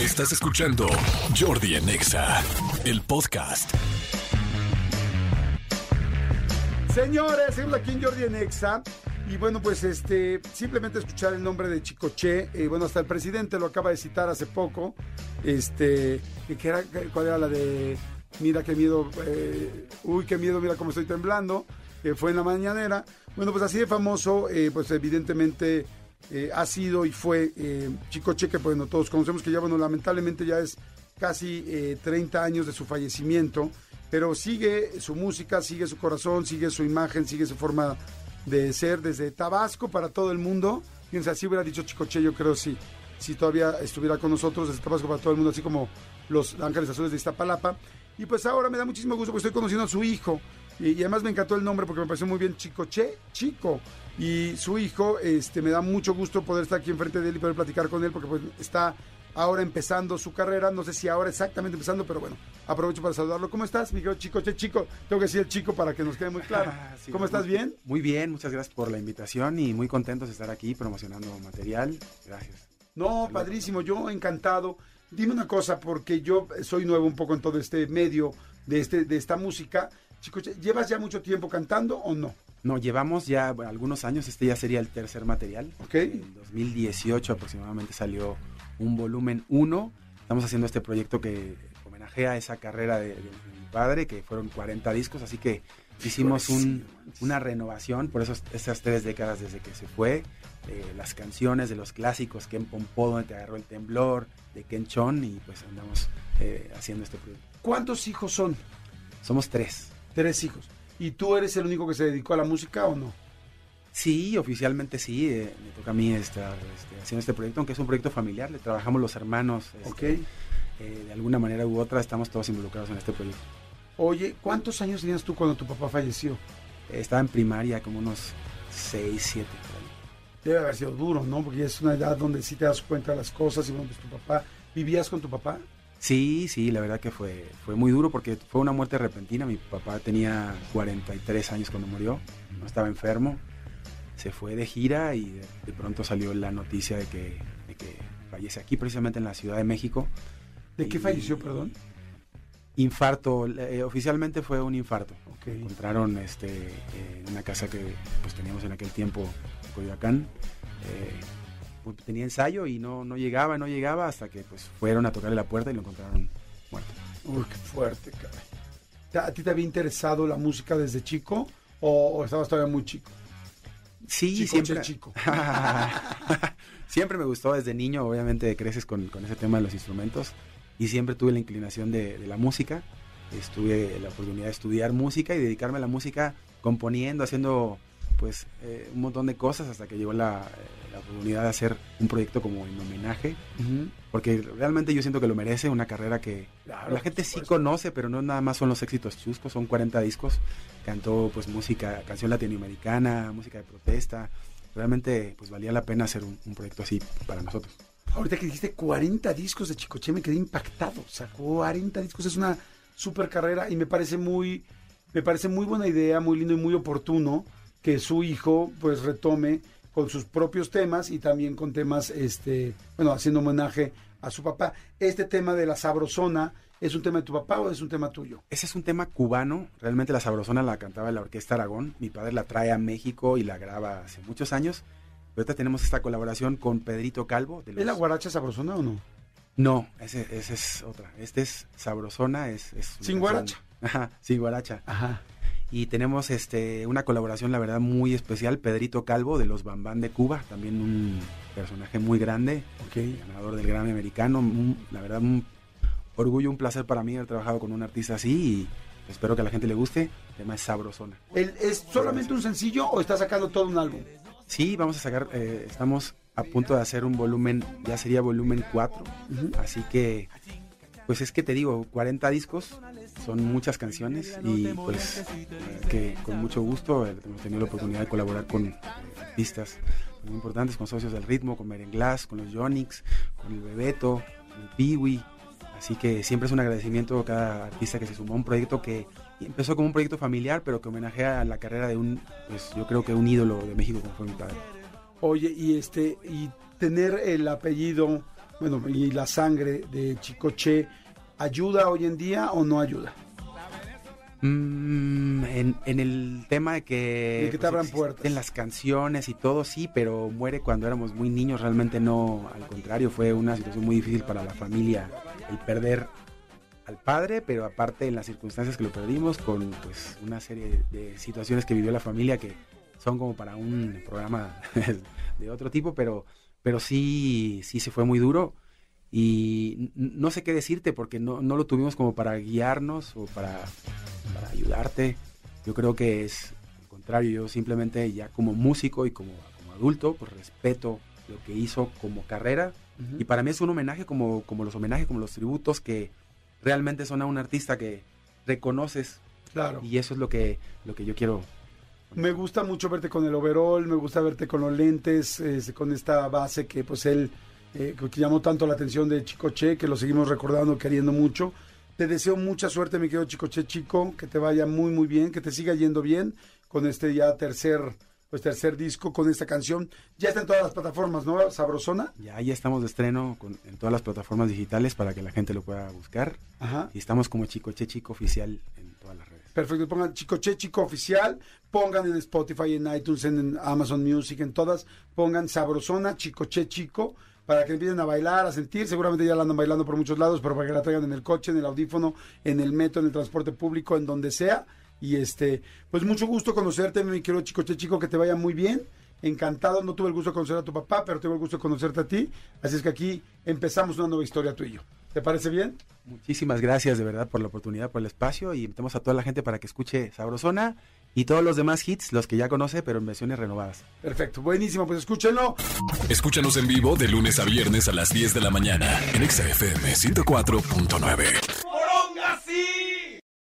Estás escuchando Jordi en Exa, el podcast. Señores, seguimos aquí en Jordi en Exa. Y bueno, pues simplemente escuchar el nombre de Chicoché, bueno, hasta el presidente lo acaba de citar hace poco, ¿cuál era la de mira qué miedo, uy, qué miedo, mira cómo estoy temblando, que fue en la mañanera? Bueno, pues así de famoso, pues evidentemente ha sido y fue Chicoché, que bueno, todos conocemos que ya, bueno, lamentablemente ya es casi 30 años de su fallecimiento, pero sigue su música, sigue su corazón, sigue su imagen, sigue su forma de ser desde Tabasco para todo el mundo. Fíjense, así hubiera dicho Chicoché, yo creo, si todavía estuviera con nosotros, desde Tabasco para todo el mundo, así como los Ángeles Azules de Iztapalapa. Y pues ahora me da muchísimo gusto porque estoy conociendo a su hijo, y además me encantó el nombre porque me pareció muy bien, Chicoché, Chico, y su hijo, me da mucho gusto poder estar aquí enfrente de él y poder platicar con él, porque pues está ahora empezando su carrera, no sé si ahora exactamente empezando, pero bueno, aprovecho para saludarlo. ¿Cómo estás, mi querido Chicoché? Chico, tengo que decir el chico para que nos quede muy claro. Sí, ¿Cómo estás? ¿Bien? Muy bien, muchas gracias por la invitación y muy contentos de estar aquí promocionando material. Gracias. No, padrísimo, yo encantado. Dime una cosa, porque yo soy nuevo un poco en todo este medio de esta música. Chicoché, ¿llevas ya mucho tiempo cantando o no? No, llevamos ya algunos años, este ya sería el tercer material. Ok. En 2018 aproximadamente salió un volumen 1. Estamos haciendo este proyecto que homenajea esa carrera de mi padre, que fueron 40 discos, así que hicimos una renovación por esas 3 décadas desde que se fue, las canciones de los clásicos, Ken Pompó, Donde te agarró el temblor, de Ken Chon, y pues andamos haciendo este proyecto. ¿Cuántos hijos son? Somos 3. 3 hijos. ¿Y tú eres el único que se dedicó a la música o no? Sí, oficialmente sí, me toca a mí estar haciendo este proyecto, aunque es un proyecto familiar, le trabajamos los hermanos, Okay. De alguna manera u otra estamos todos involucrados en este proyecto. Oye, ¿cuántos años tenías tú cuando tu papá falleció? Estaba en primaria, como unos 6, 7 por ahí. Debe haber sido duro, ¿no? Porque es una edad donde sí te das cuenta de las cosas y bueno, pues tu papá, ¿vivías con tu papá? Sí, la verdad que fue muy duro porque fue una muerte repentina. Mi papá tenía 43 años cuando murió, no estaba enfermo, se fue de gira y de pronto salió la noticia de que fallece aquí, precisamente en la Ciudad de México. ¿De qué falleció, perdón? Infarto, oficialmente fue un infarto. Okay. Encontraron en una casa que pues teníamos en aquel tiempo en Coyoacán. Pues, tenía ensayo y no llegaba hasta que pues fueron a tocarle la puerta y lo encontraron muerto. Uy, qué fuerte, caray. ¿A ti te había interesado la música desde chico o estabas todavía muy chico? Sí, Chicoché, siempre. Chico. Siempre me gustó desde niño, obviamente creces con ese tema de los instrumentos y siempre tuve la inclinación de la música. Tuve la oportunidad de estudiar música y dedicarme a la música componiendo, haciendo pues un montón de cosas hasta que llegó la oportunidad de hacer un proyecto como en homenaje, porque realmente yo siento que lo merece, una carrera que claro, la gente sí conoce, pero no nada más son los éxitos chuscos, son 40 discos, cantó pues música, canción latinoamericana, música de protesta, realmente pues valía la pena hacer un proyecto así para nosotros. Ahorita que dijiste 40 discos de Chicoché me quedé impactado, o sea, 40 discos es una super carrera y me parece muy buena idea, muy lindo y muy oportuno que su hijo pues retome con sus propios temas y también con temas, haciendo homenaje a su papá. Este tema de la Sabrosona, ¿es un tema de tu papá o es un tema tuyo? Ese es un tema cubano, realmente la Sabrosona la cantaba la Orquesta Aragón, mi padre la trae a México y la graba hace muchos años. Ahorita tenemos esta colaboración con Pedrito Calvo. ¿Es la guaracha Sabrosona o no? No, ese es otra. Este es Sabrosona, es sin guaracha. Ajá, sin guaracha. Ajá. Y tenemos una colaboración, la verdad, muy especial, Pedrito Calvo, de los Bambán de Cuba, también un personaje muy grande, ganador del Grammy americano, la verdad, un orgullo, un placer para mí haber trabajado con un artista así y espero que a la gente le guste. El tema es Sabrosona. ¿Es solamente un sencillo o está sacando todo un álbum? Sí, vamos a sacar, estamos a punto de hacer un volumen, ya sería volumen 4, así que, pues es que te digo, 40 discos, son muchas canciones y pues que con mucho gusto hemos tenido la oportunidad de colaborar con artistas muy importantes, con Socios del Ritmo, con Merenglás, con los Yonix, con el Bebeto, con el Piwi, así que siempre es un agradecimiento a cada artista que se sumó a un proyecto que empezó como un proyecto familiar, pero que homenajea a la carrera de pues yo creo que un ídolo de México como fue mi padre. Oye, y tener el apellido bueno, y la sangre de Chicoche, ¿ayuda hoy en día o no ayuda? En el tema de que te abran puertas. En las canciones y todo, sí, pero muere cuando éramos muy niños, realmente no, al contrario, fue una situación muy difícil para la familia el perder al padre, pero aparte en las circunstancias que lo perdimos, con pues una serie de situaciones que vivió la familia que son como para un programa de otro tipo, pero sí se fue muy duro. Y no sé qué decirte porque no lo tuvimos como para guiarnos o para ayudarte. Yo creo que es al contrario, yo simplemente ya como músico y como adulto, pues respeto lo que hizo como carrera. Uh-huh. Y para mí es un homenaje como los homenajes, como los tributos que realmente son a un artista que reconoces. Claro. Y eso es lo que yo quiero. Me gusta mucho verte con el overall, me gusta verte con los lentes, con esta base que pues él... que llamó tanto la atención de Chicoche, que lo seguimos recordando, queriendo mucho. Te deseo mucha suerte, mi querido Chicoche Chico, que te vaya muy muy bien, que te siga yendo bien con este ya tercer disco, con esta canción. Ya está en todas las plataformas, ¿no? Sabrosona. Ya estamos de estreno en todas las plataformas digitales para que la gente lo pueda buscar. Ajá. Y estamos como Chicoche Chico Oficial en todas las redes. Perfecto, pongan Chicoche Chico Oficial, pongan en Spotify, en iTunes, en Amazon Music, en todas, pongan Sabrosona, Chicoche Chico, para que empiecen a bailar, a sentir. Seguramente ya la andan bailando por muchos lados, pero para que la traigan en el coche, en el audífono, en el metro, en el transporte público, en donde sea. Y pues mucho gusto conocerte, mi querido Chicoche Chico, que te vaya muy bien. Encantado, no tuve el gusto de conocer a tu papá, pero tuve el gusto de conocerte a ti. Así es que aquí empezamos una nueva historia tú y yo. ¿Te parece bien? Muchísimas gracias de verdad por la oportunidad, por el espacio, y invitamos a toda la gente para que escuche Sabrosona y todos los demás hits, los que ya conoce, pero en versiones renovadas. Perfecto, buenísimo, pues escúchenlo. Escúchanos en vivo de lunes a viernes a las 10 de la mañana en XFM 104.9.